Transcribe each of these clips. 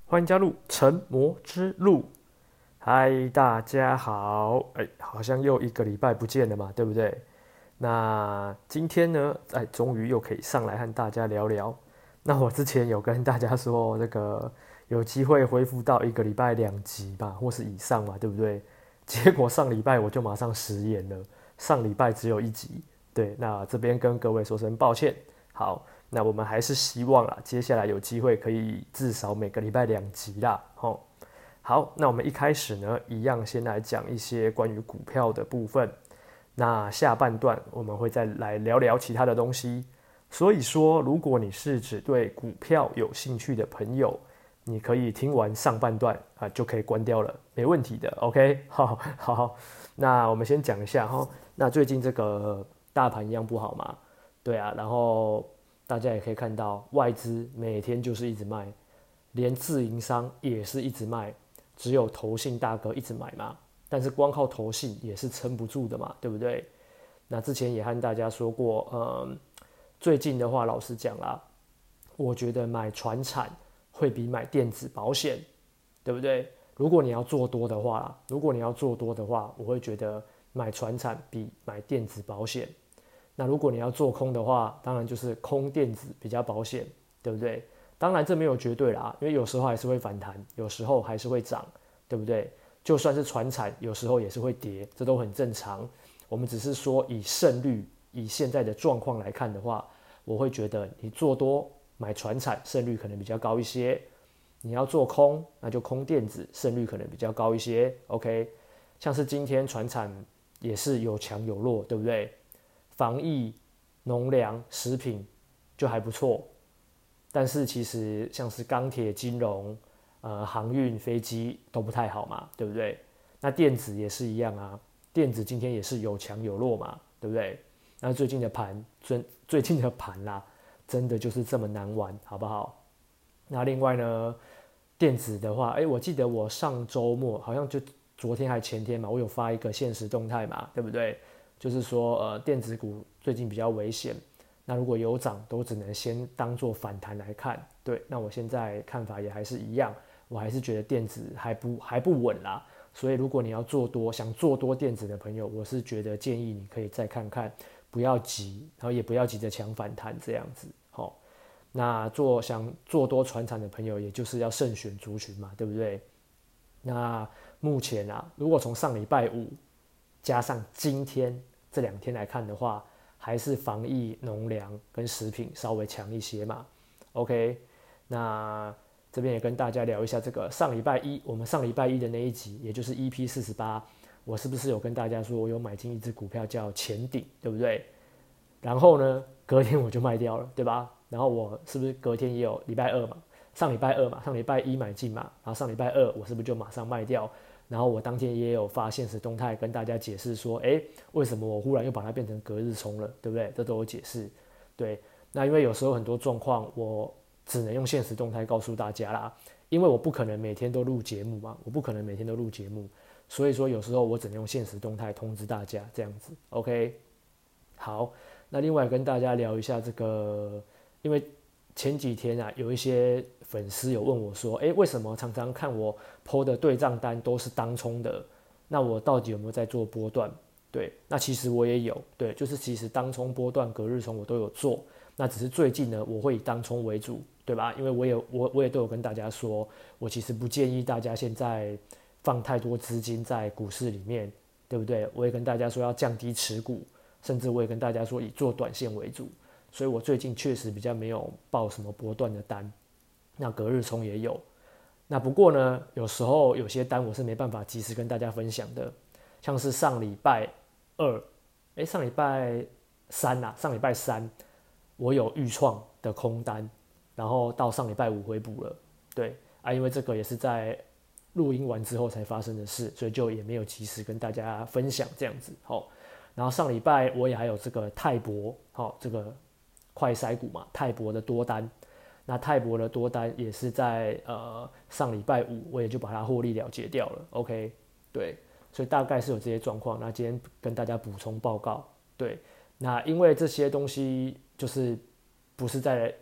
欢迎加入成魔之路。嗨，大家好，好像又一个礼拜不见了嘛，对不对？那今天呢，终于又可以上来和大家聊聊。那我之前有跟大家说，这个有机会恢复到一个礼拜2集吧，或是以上嘛，对不对？结果上礼拜我就马上食言了，上礼拜只有1集。对，那这边跟各位说声抱歉。好，那我们还是希望啦，接下来有机会可以至少每个礼拜2集啦。好，那我们一开始呢，一样先来讲一些关于股票的部分。那下半段我们会再来聊聊其他的东西。所以说，如果你是只对股票有兴趣的朋友，你可以听完上半段就可以关掉了，没问题的。OK，好，那我们先讲一下哈。那最近这个大盘一样不好嘛？对啊，然后大家也可以看到，外资每天就是一直卖，连自营商也是一直卖，只有投信大哥一直买嘛。但是光靠投信也是撑不住的嘛，对不对？那之前也和大家说过，最近的话，老实讲啦，我觉得买传产会比买电子保险，对不对？如果你要做多的话，我会觉得买传产比买电子保险。那如果你要做空的话，当然就是空电子比较保险，对不对？当然这没有绝对啦，因为有时候还是会反弹，有时候还是会涨，对不对？就算是传产，有时候也是会跌，这都很正常。我们只是说以胜率，以现在的状况来看的话，我会觉得你做多买传产胜率可能比较高一些，你要做空那就空电子胜率可能比较高一些。OK， 像是今天传产也是有强有弱，对不对？防疫、农粮、食品就还不错，但是其实像是钢铁、金融、航运、飞机都不太好嘛，对不对？那电子也是一样啊，电子今天也是有强有弱嘛，对不对？那最近的盘啦，真的就是这么难玩，好不好？那另外呢，电子的话，我记得我上周末好像就昨天还前天嘛，我有发一个限时动态嘛，对不对？就是说，电子股最近比较危险，那如果有涨，都只能先当做反弹来看。对，那我现在看法也还是一样，我还是觉得电子还不稳啦。所以如果你要做多，想做多电子的朋友，我是觉得建议你可以再看看，不要急，然后也不要急着抢反弹这样子。那想做多传产的朋友，也就是要慎选族群嘛，对不对？那目前啊，如果从上礼拜五加上今天这2天来看的话，还是防疫、农粮跟食品稍微强一些嘛。OK， 那这边也跟大家聊一下这个我们上礼拜一的那一集，也就是 EP48，我是不是有跟大家说我有买进一只股票叫前鼎，对不对？然后呢，隔天我就卖掉了，对吧？然后我是不是隔天也有礼拜二嘛？上礼拜一买进嘛，然后上礼拜二我是不是就马上卖掉？然后我当天也有发现实动态跟大家解释说，为什么我忽然又把它变成隔日冲了，对不对？这都有解释。对，那因为有时候很多状况我只能用现实动态告诉大家啦，因为我不可能每天都录节目嘛，所以说有时候我只能用现实动态通知大家这样子。OK， 好，那另外跟大家聊一下这个，因为前几天啊，有一些粉丝有问我说，为什么常常看我 PO 的对账单都是当冲的？那我到底有没有在做波段？对，那其实我也有，对，就是其实当冲、波段、隔日冲我都有做，那只是最近呢，我会以当冲为主，对吧？因为我也都有跟大家说，我其实不建议大家现在放太多资金在股市里面，对不对？我也跟大家说要降低持股，甚至我也跟大家说以做短线为主。所以我最近确实比较没有报什么波段的单，那隔日冲也有。那不过呢，有时候有些单我是没办法及时跟大家分享的，像是上礼拜二，上礼拜三啊，上礼拜三我有预创的空单，然后到上礼拜五回补了，对啊，因为这个也是在录音完之后才发生的事，所以就也没有及时跟大家分享这样子。然后上礼拜我也还有这个泰博，这个快筛股嘛，泰博的多单，那泰博的多单也是在上礼拜五，我也就把它获利了结掉了。OK， 对，所以大概是有这些状况。那今天跟大家补充报告，对，那因为这些东西就是不是在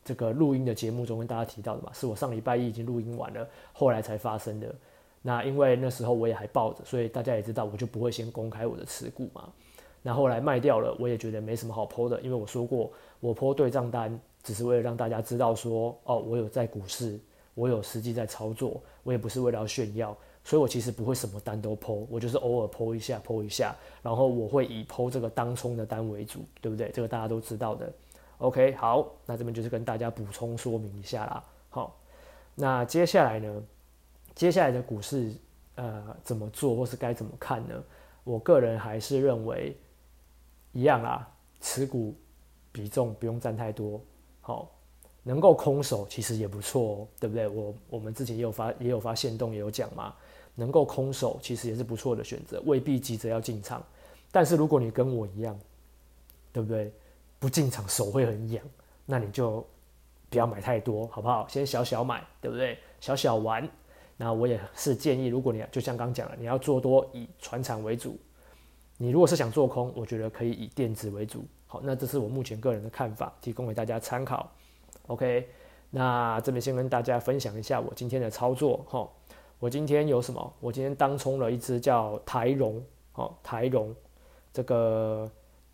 这个录音的节目中跟大家提到的嘛，是我上礼拜一已经录音完了，后来才发生的。那因为那时候我也还抱着，所以大家也知道，我就不会先公开我的持股嘛。那后来卖掉了，我也觉得没什么好 po 的，因为我说过，我 po 对账单只是为了让大家知道说，哦，我有在股市，我有实际在操作，我也不是为了要炫耀，所以我其实不会什么单都 po，我就是偶尔 po 一下，然后我会以 po 这个当冲的单为主，对不对？这个大家都知道的。OK， 好，那这边就是跟大家补充说明一下啦。好，那接下来呢？接下来的股市怎么做或是该怎么看呢？我个人还是认为一样啦，持股比重不用占太多，好，能够空手其实也不错哦，对不对？我们之前也有发限动也有讲嘛，能够空手其实也是不错的选择，未必急着要进场。但是如果你跟我一样，对不对？不进场手会很痒，那你就不要买太多，好不好？先小小买，对不对？小小玩。那我也是建议，如果你就像刚讲了，你要做多以传产为主，你如果是想做空，我觉得可以以电子为主。好，那这是我目前个人的看法，提供给大家参考。OK， 那这边先跟大家分享一下我今天的操作。我今天有什么？我今天当冲了一只叫台荣，台荣这个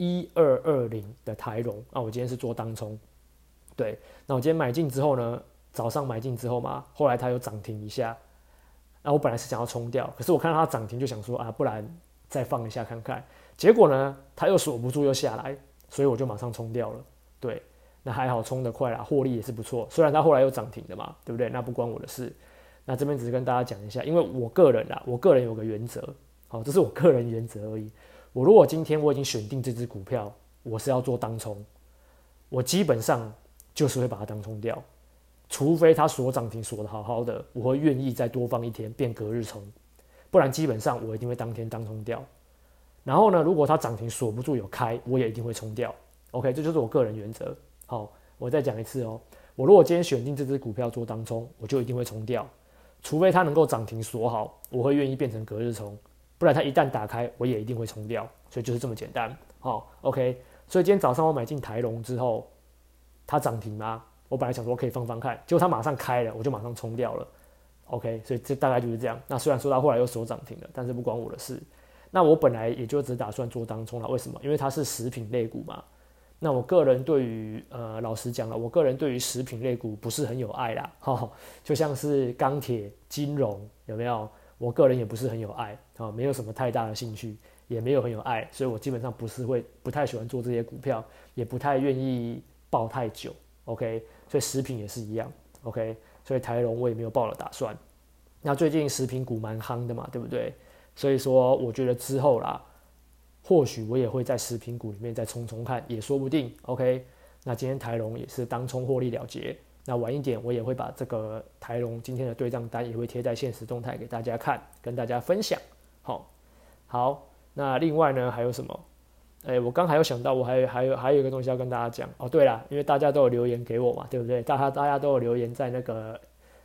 1220的台荣，那我今天是做当冲。对，那我今天买进之后呢，早上买进之后嘛，后来它有涨停一下。那我本来是想要冲掉，可是我看到它涨停就想说啊，不然再放一下看看。结果呢，它又锁不住又下来，所以我就马上冲掉了。对，那还好冲得快啦，获利也是不错。虽然它后来又涨停的嘛，对不对？那不关我的事。那这边只是跟大家讲一下，因为我个人有个原则，好，这是我个人原则而已。我如果今天我已经选定这只股票，我是要做当冲，我基本上就是会把它当冲掉。除非它锁涨停锁得好好的，我会愿意再多放一天变隔日冲，不然基本上我一定会当天当冲掉。然后呢，如果它涨停锁不住有开，我也一定会冲掉。OK， 这就是我个人原则。好，我再讲一次哦，我如果今天选定这只股票做当冲，我就一定会冲掉，除非它能够涨停锁好，我会愿意变成隔日冲，不然它一旦打开，我也一定会冲掉。所以就是这么简单。好 ，OK， 所以今天早上我买进台龙之后，它涨停吗？我本来想说可以放看，结果它马上开了，我就马上冲掉了。OK， 所以这大概就是这样。那虽然说它后来又锁涨停了，但是不关我的事。那我本来也就只打算做当冲了，为什么？因为它是食品类股嘛。那我个人对于老实讲了，我个人对于食品类股不是很有爱啦，就像是钢铁、金融有没有？我个人也不是很有爱，没有什么太大的兴趣，也没有很有爱，所以我基本上不太喜欢做这些股票，也不太愿意抱太久。OK， 所以食品也是一样。OK， 所以台龙我也没有抱的打算。那最近食品股蛮夯的嘛，对不对？所以说我觉得之后啦，或许我也会在食品股里面再冲冲看，也说不定。OK， 那今天台龙也是当冲获利了结。那晚一点我也会把这个台龙今天的对账单也会贴在限时动态给大家看，跟大家分享。好，那另外呢还有什么？我刚还有想到，我还有一个东西要跟大家讲哦。对啦，因为大家都有留言给我嘛，对不对？大家都有留言在那个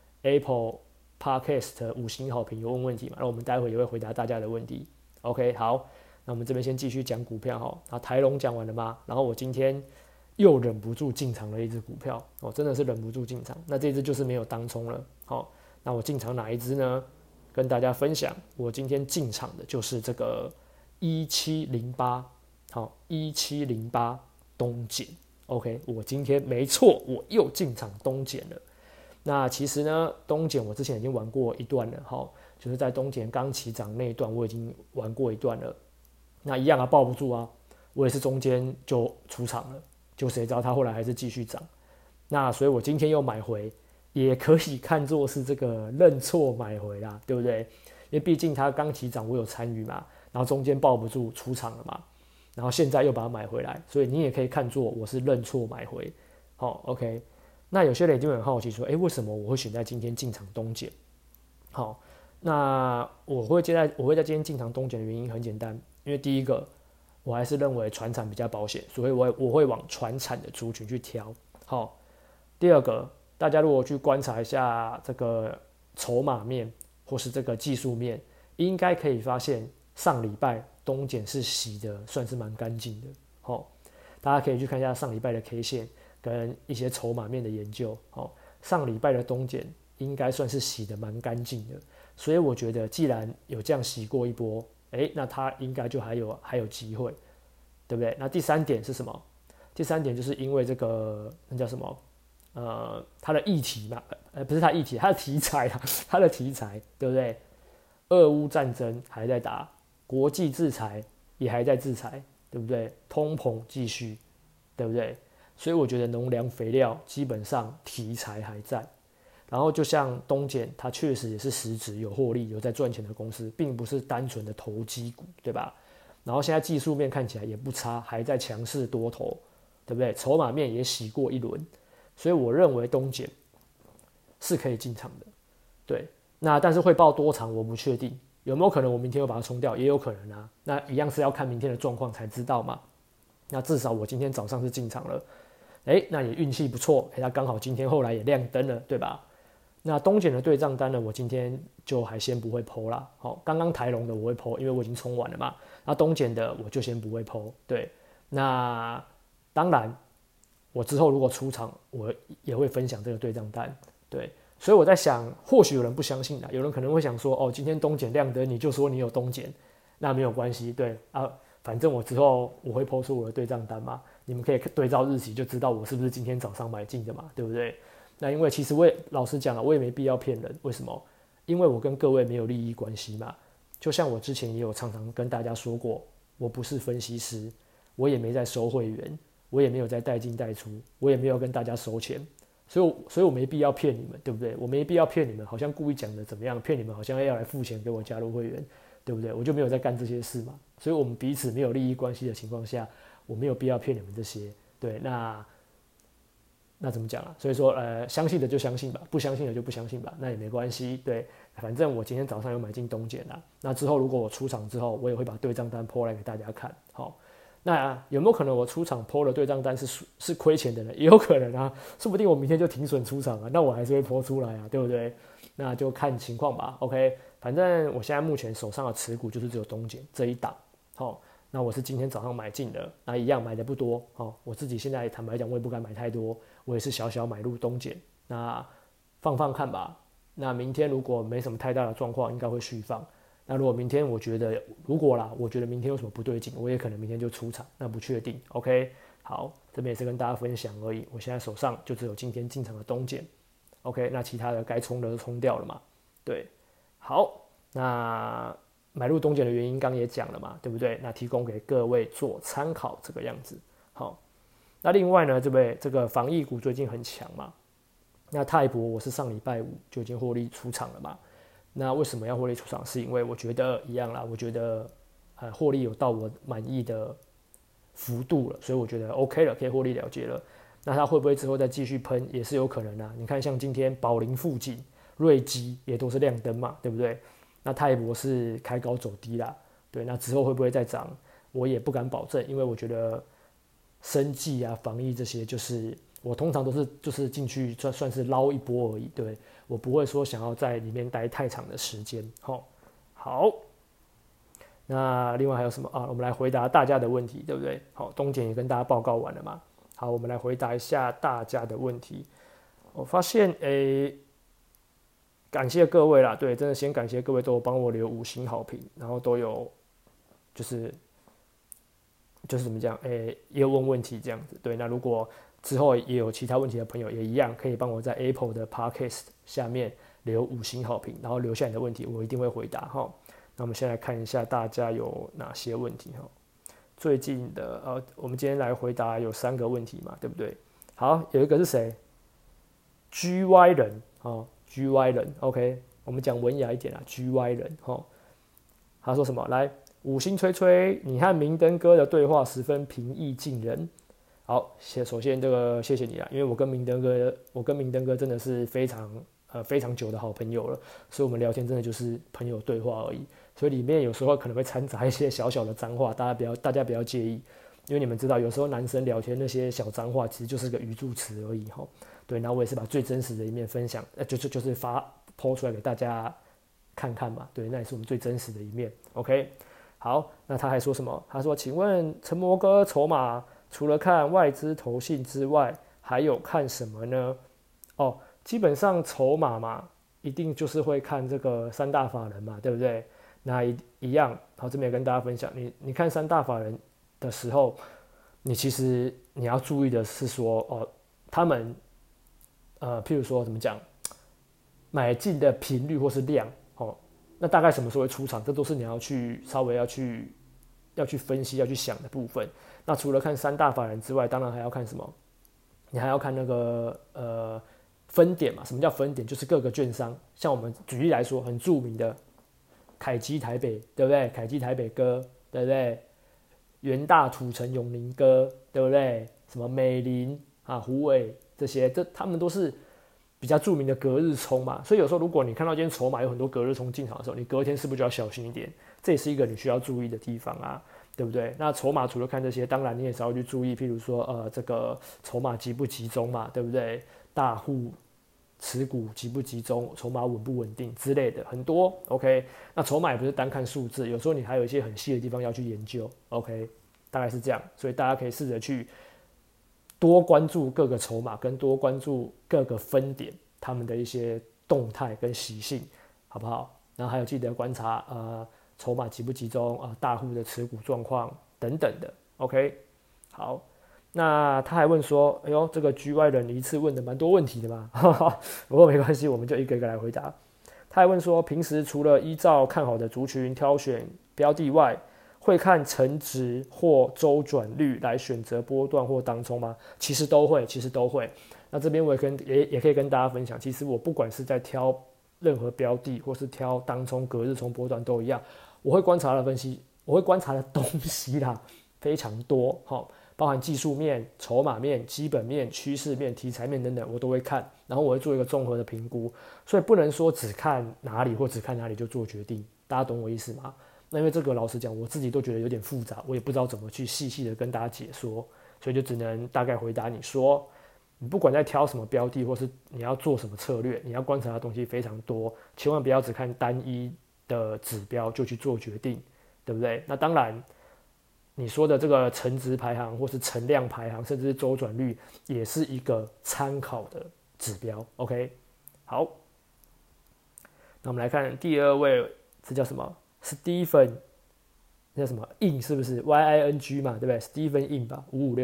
Apple Podcast 5星好评有问问题嘛，那我们待会也会回答大家的问题。OK， 好，那我们这边先继续讲股票哈。那台龙讲完了吗？然后我今天又忍不住进场了一只股票哦，真的是忍不住进场。那这只就是没有当冲了。好，那我进场哪一只呢？跟大家分享，我今天进场的就是这个1708。好，1708东碱 ，OK， 我今天没错，我又进场东碱了。那其实呢，东碱我之前已经玩过一段了，就是在东碱刚起涨那一段，我已经玩过一段了。那一样啊，抱不住啊，我也是中间就出场了，就谁知道它后来还是继续涨。那所以我今天又买回，也可以看作是这个认错买回啦，对不对？因为毕竟它刚起涨，我有参与嘛，然后中间抱不住出场了嘛。然后现在又把它买回来，所以你也可以看作我是认错买回。好 ，OK。那有些人就很好奇说，为什么我会选在今天进场东碱？好，那我会在今天进场东碱的原因很简单，因为第一个，我还是认为传产比较保险，所以我会往传产的族群去挑。好，第二个，大家如果去观察一下这个筹码面或是这个技术面，应该可以发现上礼拜东碱是洗的算是蛮干净的。大家可以去看一下上礼拜的 K 线， 跟一些筹码面的研究。上礼拜的东碱应该算是洗得蛮干净的，所以我觉得既然有这样洗过一波，那它应该就还有机会，对不对？那第三点是什么？第三点就是因为这个那叫什么？它的议题嘛，不是它议题，它的题材啊，它的题材，对不对？俄乌战争还在打，国际制裁也还在制裁，对不对？通膨继续，对不对？所以我觉得农粮肥料基本上题材还在。然后就像东碱，它确实也是实质有获利、有在赚钱的公司，并不是单纯的投机股，对吧？然后现在技术面看起来也不差，还在强势多头，对不对？筹码面也洗过一轮，所以我认为东碱是可以进场的，对。那但是会报多长我不确定，有没有可能我明天又把它冲掉，也有可能啊。那一样是要看明天的状况才知道嘛。那至少我今天早上是进场了，那也运气不错，它刚好今天后来也亮灯了，对吧？那东碱的对账单呢，我今天就还先不会 po 啦。刚刚台龙的我会 po，因为我已经冲完了嘛。那东碱的我就先不会 po。对，那当然我之后如果出场，我也会分享这个对账单。对，所以我在想，或许有人不相信啦，有人可能会想说，今天东碱亮灯，你就说你有东碱，那没有关系，对啊，反正我之后我会 po 出我的对账单嘛，你们可以对照日期就知道我是不是今天早上买进的嘛，对不对？那因为其实我也老实讲了，我也没必要骗人。为什么？因为我跟各位没有利益关系嘛。就像我之前也有常常跟大家说过，我不是分析师，我也没在收会员，我也没有在带进带出，我也没有跟大家收钱，所以我没必要骗你们，对不对？我没必要骗你们，好像故意讲的怎么样，骗你们好像要来付钱给我加入会员，对不对？我就没有在干这些事嘛。所以我们彼此没有利益关系的情况下，我没有必要骗你们这些。对，那怎么讲啊？所以说，相信的就相信吧，不相信的就不相信吧，那也没关系。对，反正我今天早上有买进东碱啦。那之后如果我出场之后，我也会把对账单 po 来给大家看。好，那有没有可能我出场 po 的对账单是亏钱的呢？也有可能啊，说不定我明天就停损出场啊，那我还是会 po 出来啊，对不对？那就看情况吧。OK， 反正我现在目前手上的持股就是只有东碱这一档。好。那我是今天早上买进的，那一样买的不多，我自己现在坦白讲，我也不敢买太多，我也是小小买入东碱，那放看吧。那明天如果没什么太大的状况，应该会续放。那如果明天我觉得我觉得明天有什么不对劲，我也可能明天就出场，那不确定。OK， 好，这边也是跟大家分享而已。我现在手上就只有今天进场的东碱 ，OK， 那其他的该冲的都冲掉了嘛？对，好，那。买入东碱的原因刚也讲了嘛，对不对？那提供给各位做参考，这个样子。好，那另外呢，这个防疫股最近很强嘛。那泰博我是上礼拜五就已经获利出场了嘛。那为什么要获利出场？是因为我觉得一样啦，我觉得获利有到我满意的幅度了，所以我觉得 OK 了，可以获利了结了。那它会不会之后再继续喷，也是有可能啊。你看，像今天宝林附近、瑞基也都是亮灯嘛，对不对？那泰博是开高走低啦，对，那之后会不会再涨，我也不敢保证，因为我觉得生技啊、防疫这些，就是我通常都是就是进去算是捞一波而已，对，我不会说想要在里面待太长的时间。好，那另外还有什么啊？我们来回答大家的问题，对不对？好，东碱也跟大家报告完了嘛。好，我们来回答一下大家的问题。我发现感谢各位啦，对，真的先感谢各位都有帮我留5星好评，然后都有就是怎么讲，也有问问题这样子，对，那如果之后也有其他问题的朋友也一样，可以帮我在 Apple 的 Podcast 下面留5星好评，然后留下你的问题，我一定会回答哈。那我们先来看一下大家有哪些问题哈。最近的我们今天来回答有3个问题嘛，对不对？好，有一个是谁 ？GY 人GY 人 ，OK， 我们讲文雅一点啦 ，GY 人他说什么？来，5星吹吹，你和明灯哥的对话十分平易近人。好，首先这个谢谢你啦，因为我跟明灯哥真的是非常久的好朋友了，所以我们聊天真的就是朋友对话而已，所以里面有时候可能会掺杂一些小小的脏话，大家不要介意，因为你们知道有时候男生聊天那些小脏话其实就是个语助词而已对，然后我也是把最真实的一面分享，就是po 出来给大家看看嘛。对，那也是我们最真实的一面。OK， 好，那他还说什么？他说：“请问陈摩哥筹码除了看外资投信之外， 还有看什么呢？哦，基本上筹码嘛，一定就是会看这个三大法人嘛，对不对？那一样，好，这边也跟大家分享，你看三大法人的时候，你其实你要注意的是说，哦，他们譬如说怎么讲，买进的频率或是量，哦，那大概什么时候会出场，这都是你要去稍微要去分析、要去想的部分。那除了看三大法人之外，当然还要看什么？你还要看那个分点嘛？什么叫分点？就是各个券商，像我们举例来说，很著名的凯基台北，对不对？凯基台北哥，对不对？元大土城永宁哥，对不对？什么美林啊、虎尾这些，他们都是比较著名的隔日冲嘛。所以有时候如果你看到今天筹码有很多隔日冲进场的时候，你隔天是不是就要小心一点？这也是一个你需要注意的地方啊，对不对？那筹码除了看这些，当然你也是要去注意，譬如说这个筹码集不集中嘛，对不对？大户持股集不集中，筹码稳不稳定之类的很多。OK， 那筹码也不是单看数字，有时候你还有一些很细的地方要去研究。OK， 大概是这样，所以大家可以试着去多关注各个筹码，跟多关注各个分点他们的一些动态跟习性，好不好？然后还有记得观察筹码集不集中大户的持股状况等等的。OK， 好。那他还问说，哎呦，这个 GY 人一次问的蛮多问题的嘛，不过没关系，我们就一个一个来回答。他还问说，平时除了依照看好的族群挑选标的外，会看成值或周转率来选择波段或当冲吗？其实都会。那这边我也可以跟大家分享，其实我不管是在挑任何标的，或是挑当冲、隔日冲、波段都一样，我会观察的东西啦非常多，包含技术面、筹码面、基本面、趋势面、题材面等等，我都会看，然后我会做一个综合的评估，所以不能说只看哪里或只看哪里就做决定，大家懂我意思吗？那因为这个老实讲，我自己都觉得有点复杂，我也不知道怎么去细细的跟大家解说，所以就只能大概回答你说，你不管在挑什么标的，或是你要做什么策略，你要观察的东西非常多，千万不要只看单一的指标就去做决定，对不对？那当然。你说的这个成值排行或是成量排行，甚至是周转率，也是一个参考的指标。OK， 好，那我们来看第二位，这叫什么 ？Stephen， 叫什么 ？In 是不是 ？YING 嘛，对不对 ？Stephen In 吧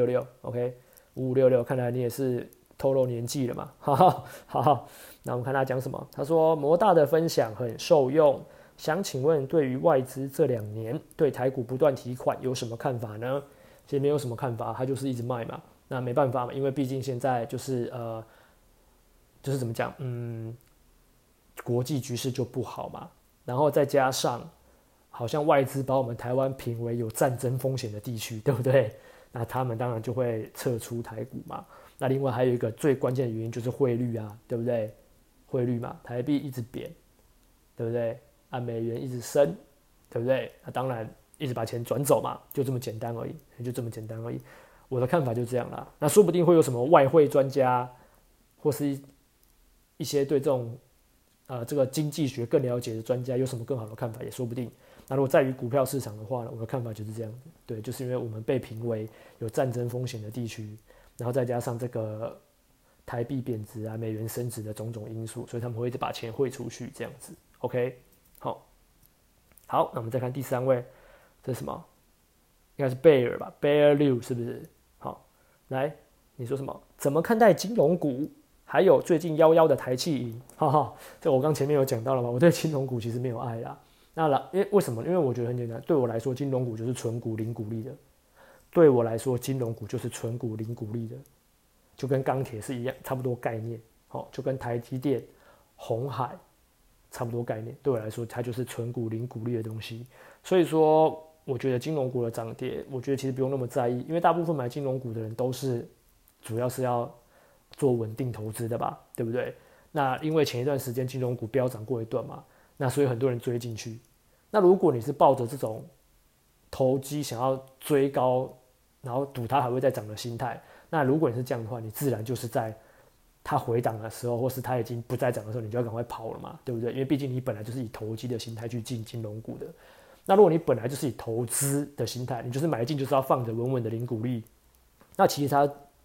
，5566。OK，5566，看来你也是透露年纪了嘛。好，那我们看他讲什么？他说摩大的分享很受用。想请问，对于外资这2年对台股不断提款有什么看法呢？其实没有什么看法，他就是一直卖嘛。那没办法嘛，因为毕竟现在就是怎么讲，国际局势就不好嘛。然后再加上，好像外资把我们台湾评为有战争风险的地区，对不对？那他们当然就会撤出台股嘛。那另外还有一个最关键的原因就是汇率啊，对不对？汇率嘛，台币一直贬，对不对？美元一直升，对不对？那当然一直把钱转走嘛，就这么简单而已，我的看法就这样啦。那说不定会有什么外汇专家，或是一些对这种这个经济学更了解的专家，有什么更好的看法也说不定。那如果在于股票市场的话呢，我的看法就是这样子，对，就是因为我们被评为有战争风险的地区，然后再加上这个台币贬值啊、美元升值的种种因素，所以他们会一直把钱汇出去这样子。OK。好，那我们再看第3位，这是什么？应该是贝尔吧 ，Bear Liu 是不是？好，来，你说什么？怎么看待金融股？还有最近夭的台企银，这我刚前面有讲到了嘛，我对金融股其实没有爱啦。为什么？因为我觉得很简单，对我来说，金融股就是纯股零股利的。对我来说，金融股就是纯股零股利的，就跟钢铁是一样，差不多概念。就跟台积电、鸿海。差不多概念，对我来说，它就是纯股零股利的东西。所以说，我觉得金融股的涨跌，我觉得其实不用那么在意，因为大部分买金融股的人都是主要是要做稳定投资的吧，对不对？那因为前一段时间金融股飙涨过一段嘛，那所以很多人追进去。那如果你是抱着这种投机想要追高，然后赌它还会再涨的心态，那如果你是这样的话，你自然就是在它回档的时候，或是它已经不再涨的时候，你就要赶快跑了嘛，对不对？因为毕竟你本来就是以投机的心态去进金融股的。那如果你本来就是以投资的心态，你就是买进就是要放着稳稳的零股利，那其实它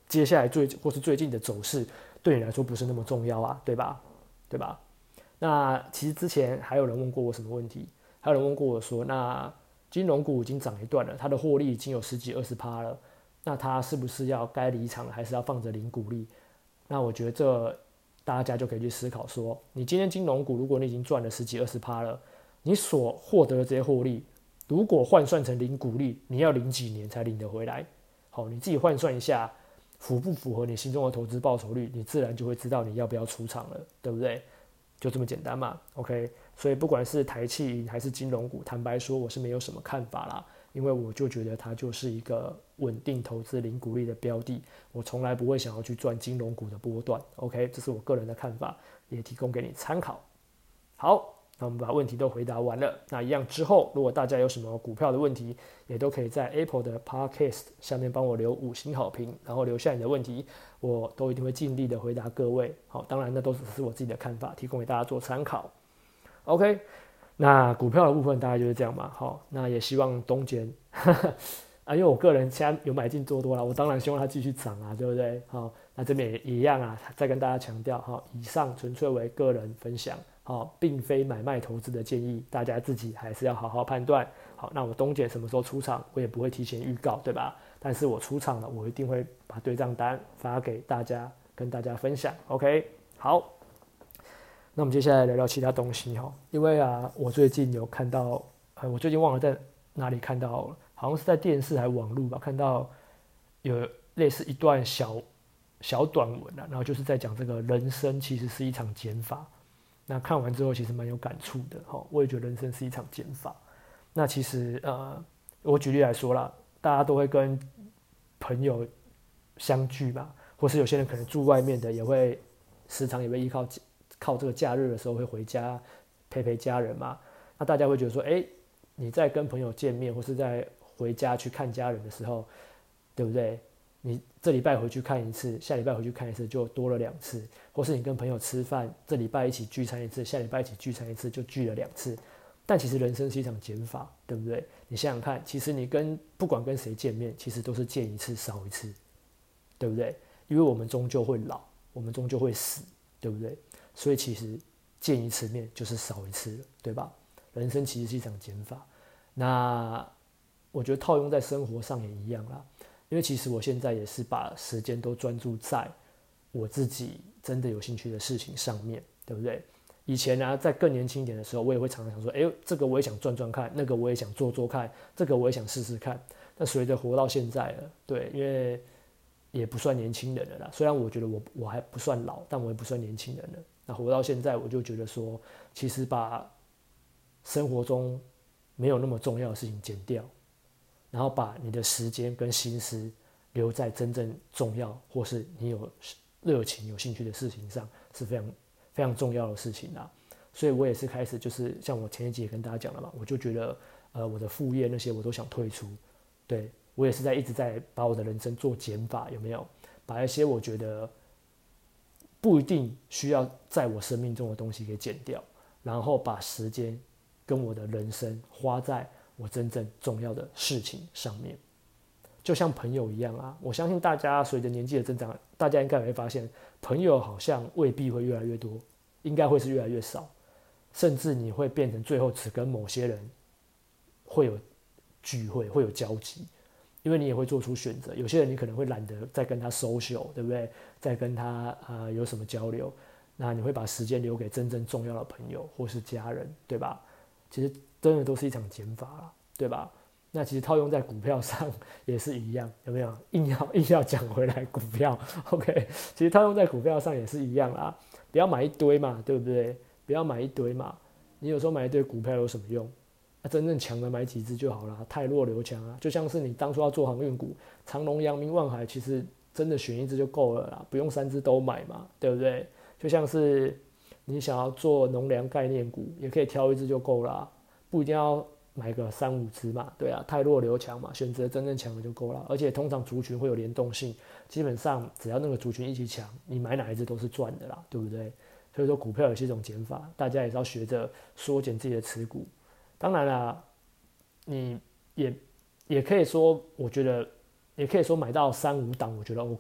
接下来或是最近的走势对你来说不是那么重要啊，对吧？对吧？那其实之前还有人问过我什么问题？还有人问过我说，那金融股已经涨一段了，它的获利已经有10几20%了，那它是不是要该离场了，还是要放着领股利？那我觉得这大家就可以去思考说，你今天金融股如果你已经赚了10几20%了，你所获得的这些获利，如果换算成领股利，你要领几年才领得回来？好，你自己换算一下，符不符合你心中的投资报酬率，你自然就会知道你要不要出场了，对不对？就这么简单嘛 ，OK。所以不管是台企银还是金融股，坦白说我是没有什么看法啦，因为我就觉得它就是一个稳定投资零股利的标的，我从来不会想要去赚金融股的波段 ，OK， 这是我个人的看法，也提供给你参考。好，那我们把问题都回答完了，那一样之后，如果大家有什么股票的问题，也都可以在 Apple 的 Podcast 下面帮我留5星好评，然后留下你的问题，我都一定会尽力的回答各位。好，当然那都只是我自己的看法，提供给大家做参考。OK， 那股票的部分大概就是这样嘛。好，那也希望东碱因为我个人现在有买进做多了，我当然希望它继续涨啊，对不对？好，那这边也一样啊，再跟大家强调，好，以上纯粹为个人分享，好，并非买卖投资的建议，大家自己还是要好好判断。好，那我东碱什么时候出场，我也不会提前预告，对吧？但是我出场了，我一定会把对账单发给大家，跟大家分享。OK， 好。那我们接下来聊聊其他东西哈，因为我最近有看到，我最近忘了在哪里看到了，好像是在电视还是网络吧，看到有类似一段小短文然后就是在讲这个人生其实是一场减法。那看完之后其实蛮有感触的哈，我也觉得人生是一场减法。那其实我举例来说啦，大家都会跟朋友相聚嘛，或是有些人可能住外面的，也会时常也会依靠这个假日的时候会回家陪家人嘛。那大家会觉得说，你在跟朋友见面或是在回家去看家人的时候，对不对？你这礼拜回去看一次，下礼拜回去看一次，就多了2次；或是你跟朋友吃饭，这礼拜一起聚餐一次，下礼拜一起聚餐一次，就聚了2次。但其实人生是一场减法，对不对？你想想看，其实你不管跟谁见面，其实都是见一次少一次，对不对？因为我们终究会老，我们终究会死，对不对？所以其实见一次面就是少一次了，对吧？人生其实是一场减法。那我觉得套用在生活上也一样啦，因为其实我现在也是把时间都专注在我自己真的有兴趣的事情上面，对不对？以前在更年轻一点的时候，我也会常常想说，这个我也想赚看，那个我也想做看，这个我也想试看。但随着活到现在了，对，因为也不算年轻人了啦。虽然我觉得我还不算老，但我也不算年轻人了。那活到现在，我就觉得说，其实把生活中没有那么重要的事情减掉，然后把你的时间跟心思留在真正重要或是你有热情、有兴趣的事情上，是非常非常重要的事情啦。所以我也是开始，就是像我前一集也跟大家讲了嘛，我就觉得我的副业那些我都想退出。对，我也是一直在把我的人生做减法，有没有？把一些我觉得不一定需要在我生命中的东西给减掉，然后把时间跟我的人生花在我真正重要的事情上面。就像朋友一样啊，我相信大家随着年纪的增长，大家应该也会发现，朋友好像未必会越来越多，应该会是越来越少，甚至你会变成最后只跟某些人会有聚会，会有交集，因为你也会做出选择。有些人你可能会懒得再跟他 social， 对不对？再跟他有什么交流，那你会把时间留给真正重要的朋友或是家人，对吧？其实真的都是一场减法啦，对吧？那其实套用在股票上也是一样，有没有？硬要讲回来股票 ，OK？ 其实套用在股票上也是一样啦，不要买一堆嘛，对不对？不要买一堆嘛，你有时候买一堆股票有什么用？真正强的买几只就好啦，太弱留强啊。就像是你当初要做航运股，长荣、阳明、万海，其实真的选一只就够了啦，不用3只都买嘛，对不对？就像是你想要做农粮概念股，也可以挑一只就够啦，不一定要买个3、5只嘛，对啊，太弱留强嘛，选择真正强的就够了。而且通常族群会有联动性，基本上只要那个族群一起强，你买哪一只都是赚的啦，对不对？所以说股票也是一种减法，大家也是要学着缩减自己的持股。当然啦，你也可以说，我觉得也可以说买到3、5档，我觉得 OK，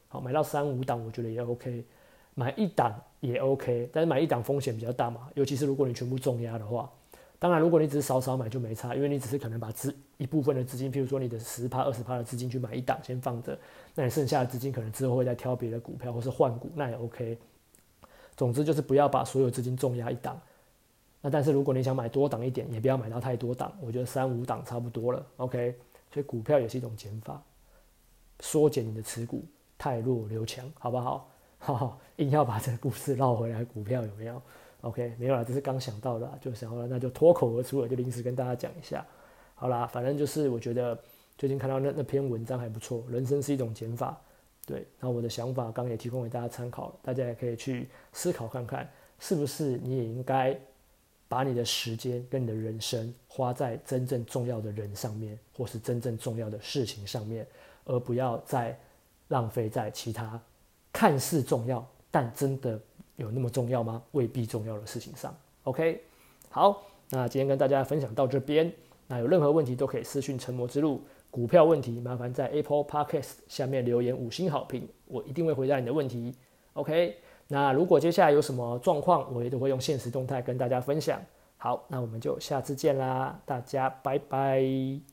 好，买到3、5档我觉得也 OK， 买一档也 OK， 但是买一档风险比较大嘛，尤其是如果你全部重压的话。当然，如果你只是少少买就没差，因为你只是可能把一部分的资金，譬如说你的10%、20%的资金去买一档先放着，那你剩下的资金可能之后会再挑别的股票或是换股，那也 OK。总之就是不要把所有资金重压一档。那但是如果你想买多档一点，也不要买到太多档，我觉得3、5档差不多了 ，OK。所以股票也是一种减法，缩减你的持股，汰弱留强，好不好？硬要把这个故事绕回来，股票有没有？ OK， 没有啦，这是刚想到的啦，就想到了，那就脱口而出了，就临时跟大家讲一下。好啦，反正就是我觉得最近看到那篇文章还不错，人生是一种减法，对。那我的想法刚也提供给大家参考了，大家也可以去思考看看，是不是你也应该把你的时间跟你的人生花在真正重要的人上面，或是真正重要的事情上面，而不要再浪费在其他看似重要但真的有那么重要吗？未必重要的事情上。OK， 好，那今天跟大家分享到这边。那有任何问题都可以私讯沉默之路。股票问题麻烦在 Apple Podcast 下面留言5星好评，我一定会回答你的问题。OK， 那如果接下来有什么状况，我也都会用限时动态跟大家分享。好，那我们就下次见啦，大家拜拜。